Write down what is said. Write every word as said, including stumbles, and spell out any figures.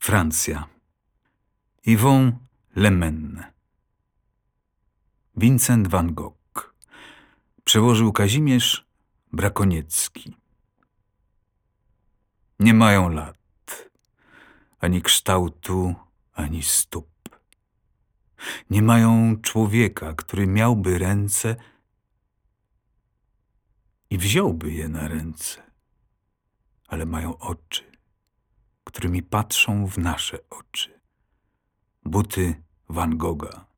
Francja. Yvon Lemenne. Vincent van Gogh. Przełożył Kazimierz Brakoniecki. Nie mają lat, ani kształtu, ani stóp. Nie mają człowieka, który miałby ręce i wziąłby je na ręce, ale mają oczy, którymi patrzą w nasze oczy. Buty Van Gogha.